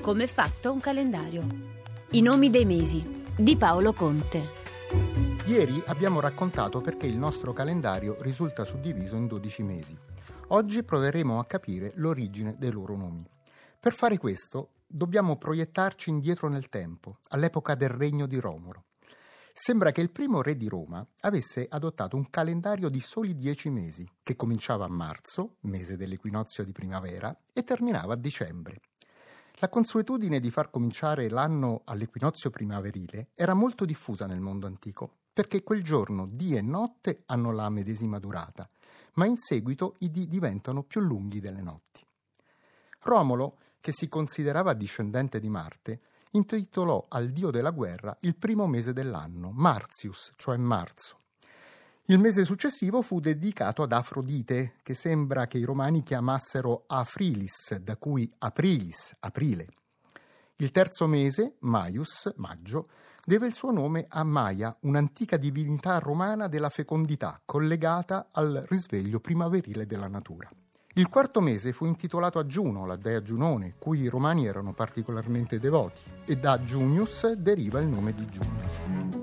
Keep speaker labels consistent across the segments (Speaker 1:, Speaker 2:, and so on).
Speaker 1: Come è fatto un calendario. I nomi dei mesi di Paolo Conte.
Speaker 2: Ieri abbiamo raccontato perché il nostro calendario risulta suddiviso in 12 mesi. Oggi proveremo a capire l'origine dei loro nomi. Per fare questo dobbiamo proiettarci indietro nel tempo, all'epoca del regno di Romolo. Sembra che il primo re di Roma avesse adottato un calendario di soli 10 mesi, che cominciava a marzo, mese dell'equinozio di primavera, e terminava a dicembre. La consuetudine di far cominciare l'anno all'equinozio primaverile era molto diffusa nel mondo antico, perché quel giorno dì e notte hanno la medesima durata, ma in seguito i dì diventano più lunghi delle notti. Romolo, che si considerava discendente di Marte, intitolò al dio della guerra il primo mese dell'anno, Martius, cioè marzo. Il mese successivo fu dedicato ad Afrodite, che sembra che i romani chiamassero Afrilis, da cui Aprilis, aprile. Il terzo mese, Maius, maggio, deve il suo nome a Maia, un'antica divinità romana della fecondità, collegata al risveglio primaverile della natura. Il quarto mese fu intitolato a Giuno, la dea Giunone, cui i romani erano particolarmente devoti, e da Junius deriva il nome di Giugno.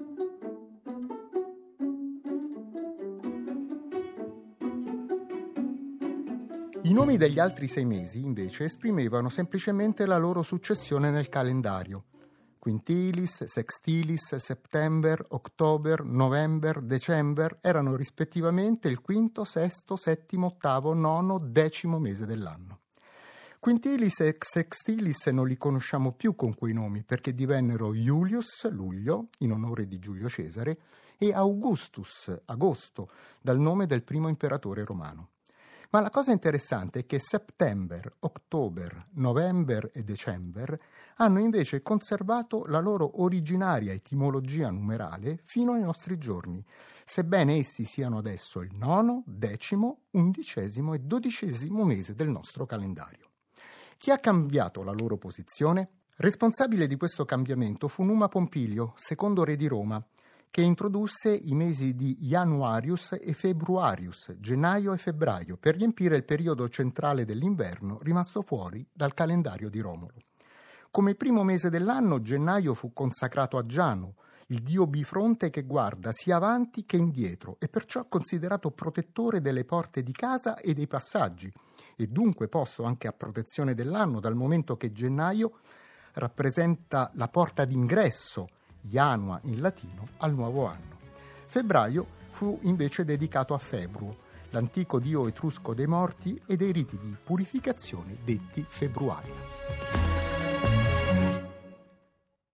Speaker 2: I nomi degli altri 6 mesi, invece, esprimevano semplicemente la loro successione nel calendario. Quintilis, Sextilis, September, October, November, December erano rispettivamente il quinto, sesto, settimo, ottavo, nono, 10° mese dell'anno. Quintilis e Sextilis non li conosciamo più con quei nomi perché divennero Iulius, luglio, in onore di Giulio Cesare, e Augustus, agosto, dal nome del primo imperatore romano. Ma la cosa interessante è che September, October, November e December hanno invece conservato la loro originaria etimologia numerale fino ai nostri giorni, sebbene essi siano adesso il 9°, 10°, 11° e 12° mese del nostro calendario. Chi ha cambiato la loro posizione? Responsabile di questo cambiamento fu Numa Pompilio, secondo re di Roma, che introdusse i mesi di Januarius e Februarius, gennaio e febbraio, per riempire il periodo centrale dell'inverno rimasto fuori dal calendario di Romolo. Come primo mese dell'anno, gennaio fu consacrato a Giano, il dio bifronte che guarda sia avanti che indietro e perciò considerato protettore delle porte di casa e dei passaggi, e dunque posto anche a protezione dell'anno, dal momento che gennaio rappresenta la porta d'ingresso, Janua in latino, al nuovo anno. Febbraio fu invece dedicato a Februo, l'antico dio etrusco dei morti e dei riti di purificazione detti februari.